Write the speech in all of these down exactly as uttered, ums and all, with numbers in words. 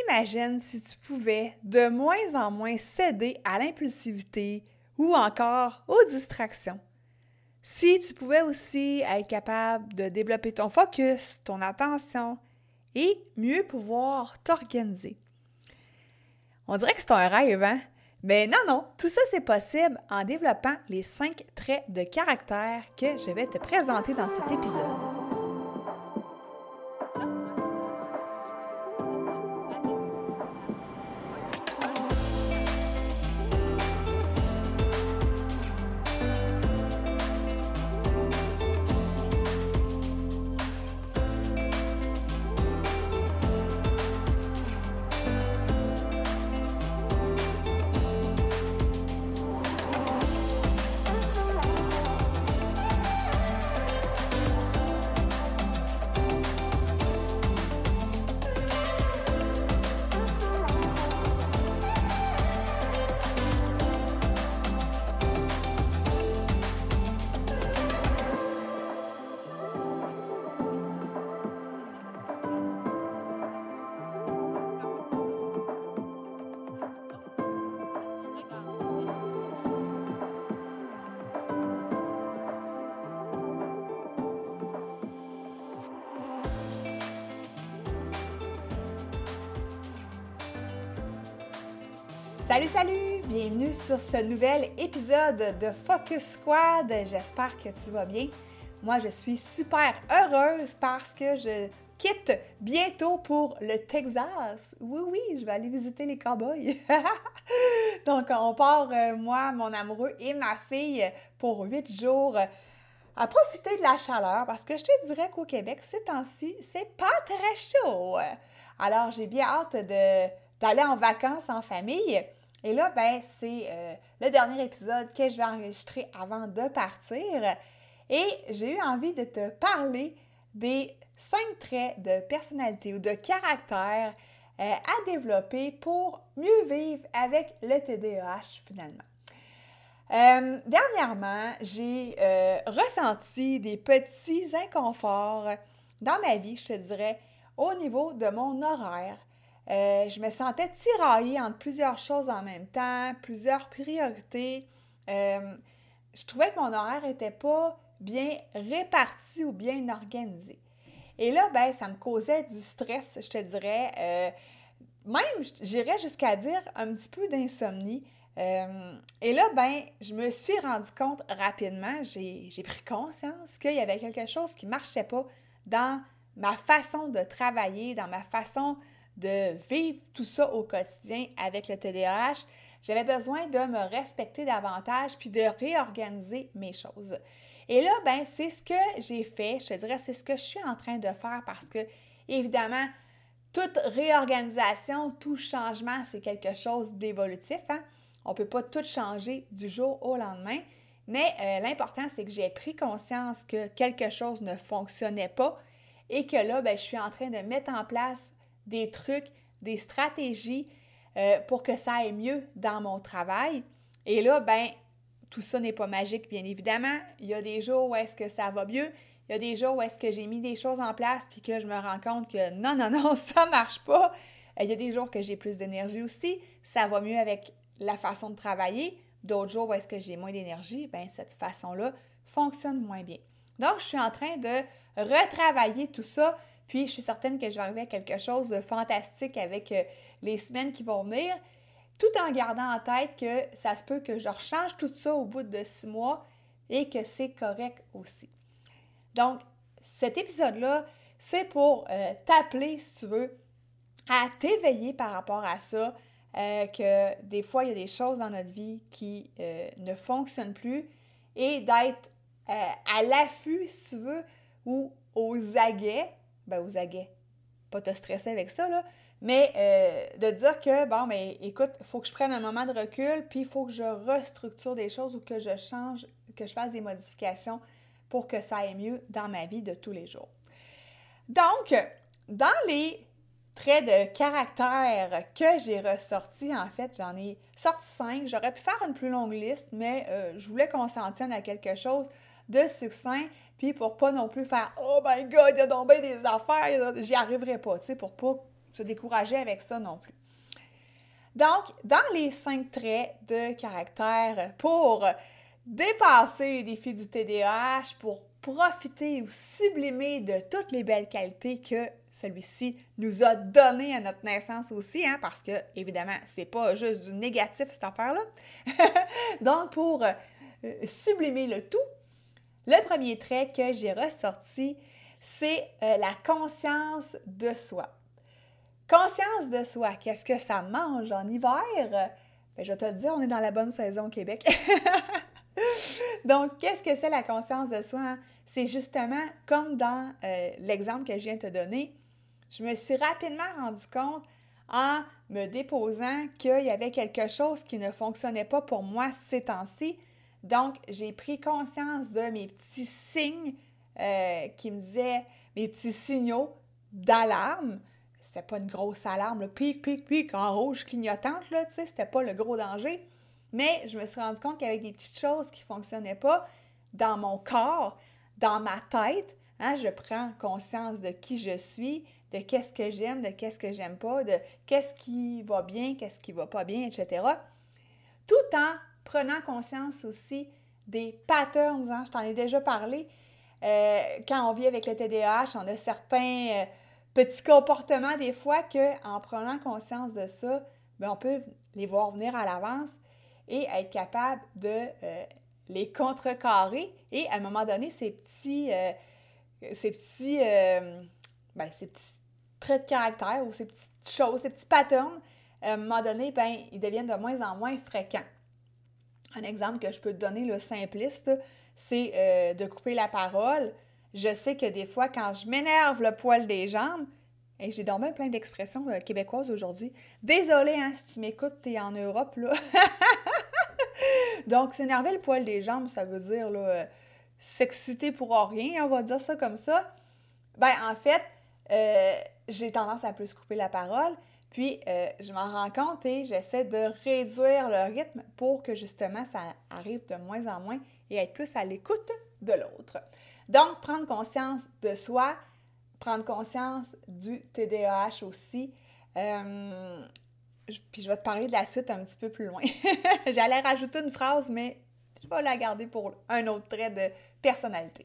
Imagine si tu pouvais de moins en moins céder à l'impulsivité ou encore aux distractions. Si tu pouvais aussi être capable de développer ton focus, ton attention et mieux pouvoir t'organiser. On dirait que c'est un rêve, hein? Mais non, non, tout ça c'est possible en développant les cinq traits de caractère que je vais te présenter dans cet épisode. Salut, salut! Bienvenue sur ce nouvel épisode de Focus Squad. J'espère que tu vas bien. Moi, je suis super heureuse parce que je quitte bientôt pour le Texas. Oui, oui, je vais aller visiter les cowboys. Donc, on part, euh, moi, mon amoureux et ma fille, pour huit jours euh, à profiter de la chaleur parce que je te dirais qu'au Québec, ces temps-ci, c'est pas très chaud. Alors, j'ai bien hâte de, d'aller en vacances en famille. Et là, ben, c'est euh, le dernier épisode que je vais enregistrer avant de partir. Et j'ai eu envie de te parler des cinq traits de personnalité ou de caractère euh, à développer pour mieux vivre avec le T D A H finalement. Euh, dernièrement, j'ai euh, ressenti des petits inconforts dans ma vie, je te dirais, au niveau de mon horaire. Euh, je me sentais tiraillée entre plusieurs choses en même temps, plusieurs priorités. Euh, je trouvais que mon horaire n'était pas bien réparti ou bien organisé. Et là, ben, ça me causait du stress, je te dirais. Euh, même, j'irais jusqu'à dire un petit peu d'insomnie. Euh, et là, ben, je me suis rendu compte rapidement, j'ai, j'ai pris conscience qu'il y avait quelque chose qui ne marchait pas dans ma façon de travailler, dans ma façon de vivre tout ça au quotidien avec le T D A H. J'avais besoin de me respecter davantage puis de réorganiser mes choses. Et là, ben, c'est ce que j'ai fait. Je te dirais, c'est ce que je suis en train de faire parce que, évidemment, toute réorganisation, tout changement, c'est quelque chose d'évolutif, hein? On ne peut pas tout changer du jour au lendemain, mais euh, l'important, c'est que j'ai pris conscience que quelque chose ne fonctionnait pas et que là, ben, je suis en train de mettre en place des trucs, des stratégies euh, pour que ça aille mieux dans mon travail. Et là, ben, tout ça n'est pas magique, bien évidemment. Il y a des jours où est-ce que ça va mieux. Il y a des jours où est-ce que j'ai mis des choses en place puis que je me rends compte que non, non, non, ça ne marche pas. Il y a des jours que j'ai plus d'énergie aussi. Ça va mieux avec la façon de travailler. D'autres jours où est-ce que j'ai moins d'énergie, bien, cette façon-là fonctionne moins bien. Donc, je suis en train de retravailler tout ça. Puis, je suis certaine que je vais arriver à quelque chose de fantastique avec euh, les semaines qui vont venir, tout en gardant en tête que ça se peut que je rechange tout ça au bout de six mois et que c'est correct aussi. Donc, cet épisode-là, c'est pour euh, t'appeler, si tu veux, à t'éveiller par rapport à ça, euh, que des fois, il y a des choses dans notre vie qui euh, ne fonctionnent plus et d'être euh, à l'affût, si tu veux, ou aux aguets. Ben, aux aguets. Pas te stresser avec ça, là. Mais euh, de dire que, bon, mais écoute, il faut que je prenne un moment de recul, puis il faut que je restructure des choses ou que je change, que je fasse des modifications pour que ça aille mieux dans ma vie de tous les jours. Donc, dans les traits de caractère que j'ai ressortis, en fait, j'en ai sorti cinq. J'aurais pu faire une plus longue liste, mais euh, je voulais qu'on s'en tienne à quelque chose de succinct, puis pour pas non plus faire « Oh my God, il y a donc bien des affaires, j'y arriverai pas », tu sais, pour pas se décourager avec ça non plus. Donc, dans les cinq traits de caractère pour dépasser les défis du T D A H, pour profiter ou sublimer de toutes les belles qualités que celui-ci nous a données à notre naissance aussi, hein, parce que, évidemment, c'est pas juste du négatif, cette affaire-là. Donc, pour euh, sublimer le tout, le premier trait que j'ai ressorti, c'est euh, la conscience de soi. Conscience de soi, qu'est-ce que ça mange en hiver? Bien, je vais te le dire, on est dans la bonne saison au Québec. Donc, qu'est-ce que c'est la conscience de soi? Hein? C'est justement comme dans euh, l'exemple que je viens de te donner, je me suis rapidement rendu compte en me déposant qu'il y avait quelque chose qui ne fonctionnait pas pour moi ces temps-ci. Donc, j'ai pris conscience de mes petits signes euh, qui me disaient, mes petits signaux d'alarme. C'était pas une grosse alarme, là, pic, pic, pic, en rouge clignotante, là, tu sais, c'était pas le gros danger. Mais je me suis rendu compte qu'avec des petites choses qui ne fonctionnaient pas dans mon corps, dans ma tête, hein, je prends conscience de qui je suis, de qu'est-ce que j'aime, de qu'est-ce que j'aime pas, de qu'est-ce qui va bien, qu'est-ce qui va pas bien, et cetera. Tout en prenant conscience aussi des patterns, hein, je t'en ai déjà parlé. Euh, quand on vit avec le T D A H, on a certains euh, petits comportements des fois qu'en prenant conscience de ça, bien, on peut les voir venir à l'avance et être capable de euh, les contrecarrer. Et à un moment donné, ces petits, euh, ces petits, euh, ben, ces petits traits de caractère ou ces petites choses, ces petits patterns, à un moment donné, ben, ils deviennent de moins en moins fréquents. Un exemple que je peux te donner, le simpliste, c'est euh, de couper la parole. Je sais que des fois, quand je m'énerve le poil des jambes, et j'ai dormi plein d'expressions euh, québécoises aujourd'hui. Désolée, hein, si tu m'écoutes, t'es en Europe, là. Donc, s'énerver le poil des jambes, ça veut dire là, euh, s'exciter pour rien, on va dire ça comme ça. Ben, en fait, euh, j'ai tendance à plus couper la parole, puis euh, je m'en rends compte et j'essaie de réduire le rythme pour que justement ça arrive de moins en moins et être plus à l'écoute de l'autre. Donc, prendre conscience de soi, prendre conscience du T D A H aussi. Euh, puis je vais te parler de la suite un petit peu plus loin. J'allais rajouter une phrase, mais je vais la garder pour un autre trait de personnalité.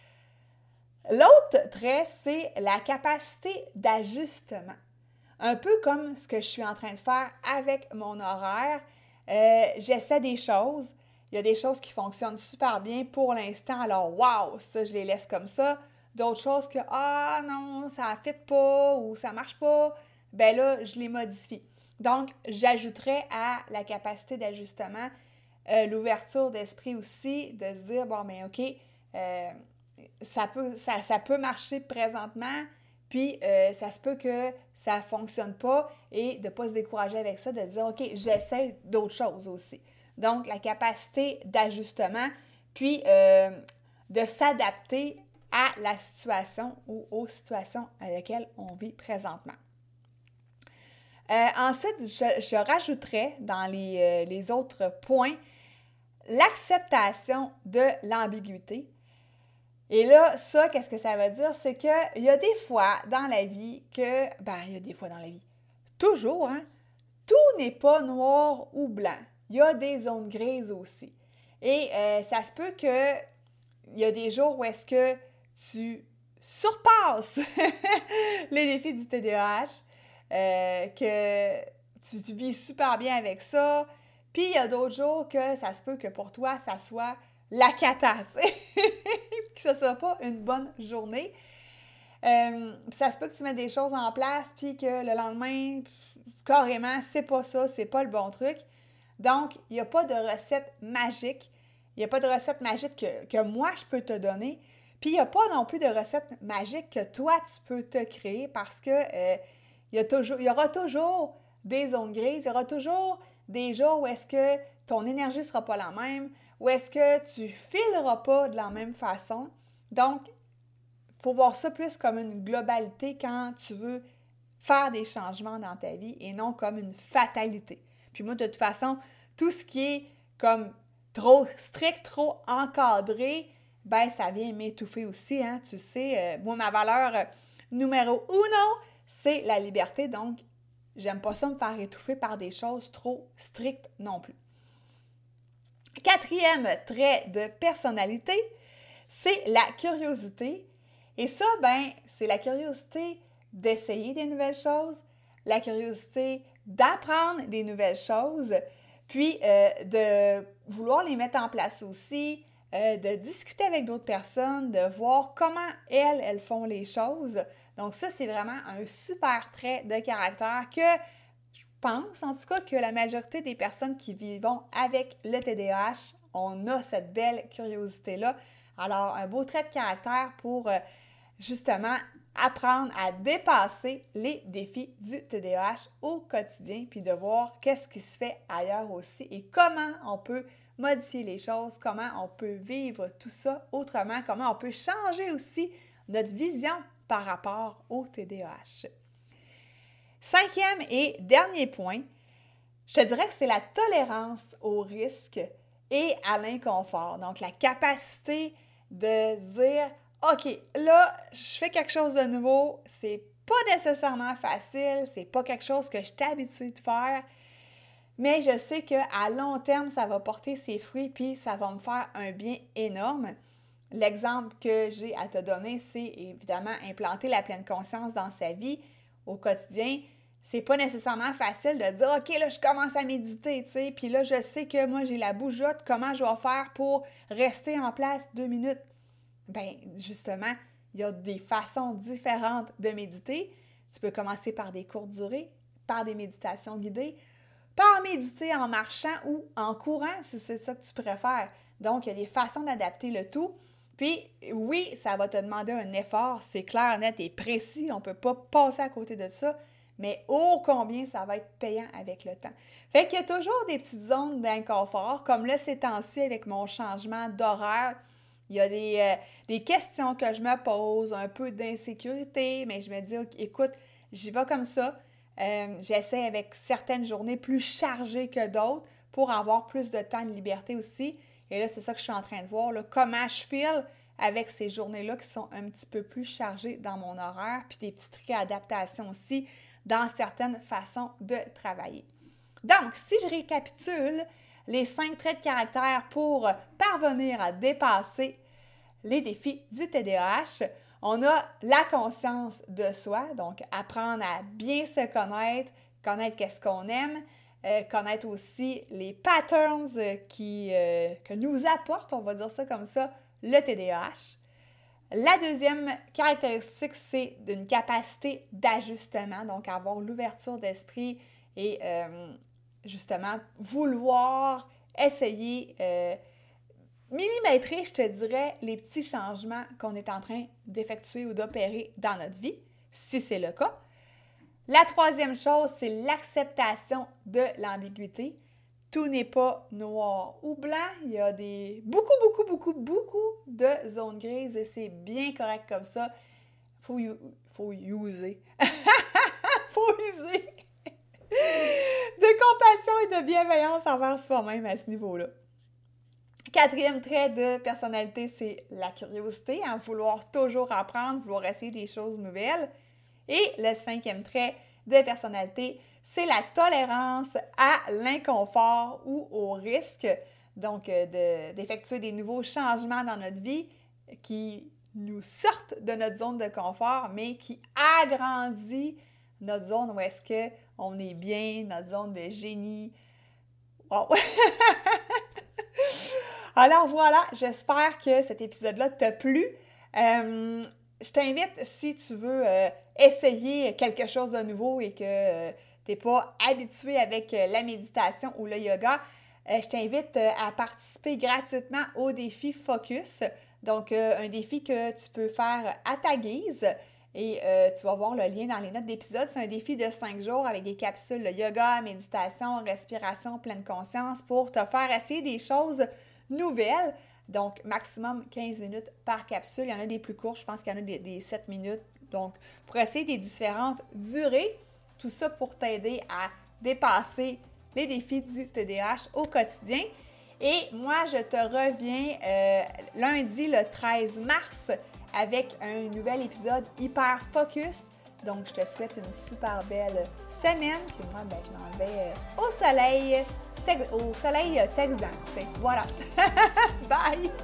L'autre trait, c'est la capacité d'ajustement. Un peu comme ce que je suis en train de faire avec mon horaire. Euh, j'essaie des choses. Il y a des choses qui fonctionnent super bien pour l'instant. Alors, wow, ça, je les laisse comme ça. D'autres choses que, ah non, ça ne fit pas ou ça ne marche pas, bien là, je les modifie. Donc, j'ajouterais à la capacité d'ajustement euh, l'ouverture d'esprit aussi, de se dire, bon, bien, OK, euh, ça, peut, ça, ça peut marcher présentement, puis euh, ça se peut que ça ne fonctionne pas et de ne pas se décourager avec ça, de dire, OK, j'essaie d'autres choses aussi. Donc, la capacité d'ajustement, puis euh, de s'adapter à la situation ou aux situations à laquelle on vit présentement. Euh, ensuite, je, je rajouterais dans les, euh, les autres points l'acceptation de l'ambiguïté. Et là, ça, qu'est-ce que ça veut dire? C'est qu'il y a des fois dans la vie que, ben, il y a des fois dans la vie, toujours, hein, tout n'est pas noir ou blanc. Il y a des zones grises aussi. Et euh, ça se peut que il y a des jours où est-ce que tu surpasses les défis du T D A H, euh, que tu, tu vis super bien avec ça. Puis il y a d'autres jours que ça se peut que pour toi, ça soit la cata, tu sais, que ce ne soit pas une bonne journée. Euh, ça se peut que tu mettes des choses en place, puis que le lendemain, carrément, c'est pas ça, c'est pas le bon truc. Donc, il n'y a pas de recette magique. Il n'y a pas de recette magique que, que moi, je peux te donner. Puis, il n'y a pas non plus de recette magique que toi, tu peux te créer parce que euh, il y a toujours, il y aura toujours des zones grises, il y aura toujours des jours où est-ce que ton énergie ne sera pas la même, où est-ce que tu ne fileras pas de la même façon. Donc, il faut voir ça plus comme une globalité quand tu veux faire des changements dans ta vie et non comme une fatalité. Puis moi, de toute façon, tout ce qui est comme trop strict, trop encadré, ben ça vient m'étouffer aussi, hein. Tu sais, euh, moi, ma valeur euh, numéro uno, c'est la liberté. Donc, j'aime pas ça me faire étouffer par des choses trop strictes non plus. Quatrième trait de personnalité, c'est la curiosité. Et ça, ben, c'est la curiosité d'essayer des nouvelles choses, la curiosité d'apprendre des nouvelles choses, puis euh, de vouloir les mettre en place aussi, euh, de discuter avec d'autres personnes, de voir comment elles, elles font les choses. Donc ça, c'est vraiment un super trait de caractère que je pense, en tout cas, que la majorité des personnes qui vivent avec le T D A H, on a cette belle curiosité-là. Alors, un beau trait de caractère pour, euh, justement, apprendre à dépasser les défis du T D A H au quotidien, puis de voir qu'est-ce qui se fait ailleurs aussi et comment on peut modifier les choses, comment on peut vivre tout ça autrement, comment on peut changer aussi notre vision par rapport au T D A H. Cinquième et dernier point, je te dirais que c'est la tolérance au risque et à l'inconfort. Donc, la capacité de dire OK, là, je fais quelque chose de nouveau, c'est pas nécessairement facile, c'est pas quelque chose que je suis habituée de faire, mais je sais qu'à long terme, ça va porter ses fruits puis ça va me faire un bien énorme. L'exemple que j'ai à te donner, c'est évidemment implanter la pleine conscience dans sa vie au quotidien. C'est pas nécessairement facile de dire « OK, là, je commence à méditer, tu sais, puis là, je sais que moi, j'ai la bougeotte, comment je vais faire pour rester en place deux minutes? » Bien, justement, il y a des façons différentes de méditer. Tu peux commencer par des courtes durées, par des méditations guidées, par méditer en marchant ou en courant, si c'est ça que tu préfères. Donc, il y a des façons d'adapter le tout. Puis, oui, ça va te demander un effort, c'est clair, net et précis. On ne peut pas passer à côté de ça, mais ô combien ça va être payant avec le temps. Fait qu'il y a toujours des petites zones d'inconfort, comme là, ces temps-ci, avec mon changement d'horaire. Il y a des, euh, des questions que je me pose, un peu d'insécurité, mais je me dis, okay, écoute, j'y vais comme ça. Euh, j'essaie avec certaines journées plus chargées que d'autres pour avoir plus de temps de liberté aussi. Et là, c'est ça que je suis en train de voir, là, comment je file avec ces journées-là qui sont un petit peu plus chargées dans mon horaire, puis des petites réadaptations aussi dans certaines façons de travailler. Donc, si je récapitule les cinq traits de caractère pour parvenir à dépasser les défis du T D A H, on a la conscience de soi, donc apprendre à bien se connaître, connaître qu'est-ce qu'on aime, euh, connaître aussi les patterns qui, euh, que nous apporte, on va dire ça comme ça, le T D A H. La deuxième caractéristique, c'est d'une capacité d'ajustement, donc avoir l'ouverture d'esprit et euh, justement vouloir essayer, euh, millimétrer, je te dirais, les petits changements qu'on est en train d'effectuer ou d'opérer dans notre vie, si c'est le cas. La troisième chose, c'est l'acceptation de l'ambiguïté. Tout n'est pas noir ou blanc. Il y a des beaucoup, beaucoup, beaucoup, beaucoup de zones grises et c'est bien correct comme ça. Il faut, faut user. faut user de compassion et de bienveillance envers soi-même à ce niveau-là. Quatrième trait de personnalité, c'est la curiosité, hein, vouloir toujours apprendre, vouloir essayer des choses nouvelles. Et le cinquième trait de personnalité, c'est la tolérance à l'inconfort ou au risque, donc de, d'effectuer des nouveaux changements dans notre vie qui nous sortent de notre zone de confort, mais qui agrandit notre zone où est-ce qu'on est bien, notre zone de génie. Wow! Alors voilà, j'espère que cet épisode-là t'a plu. Euh, je t'invite, si tu veux euh, essayer quelque chose de nouveau et que euh, tu n'es pas habitué avec euh, la méditation ou le yoga, euh, je t'invite euh, à participer gratuitement au défi Focus. Donc, euh, un défi que tu peux faire à ta guise. Et euh, tu vas voir le lien dans les notes d'épisode. C'est un défi de cinq jours avec des capsules de yoga, méditation, respiration, pleine conscience pour te faire essayer des choses nouvelles. Donc, maximum quinze minutes par capsule. Il y en a des plus courts, je pense qu'il y en a des, des sept minutes. Donc, pour essayer des différentes durées, tout ça pour t'aider à dépasser les défis du T D A H au quotidien. Et moi, je te reviens euh, lundi, le treize mars, avec un nouvel épisode hyper focus Donc, je te souhaite une super belle semaine. Puis moi, ben, je m'en vais au soleil, au soleil texan. Voilà. Bye!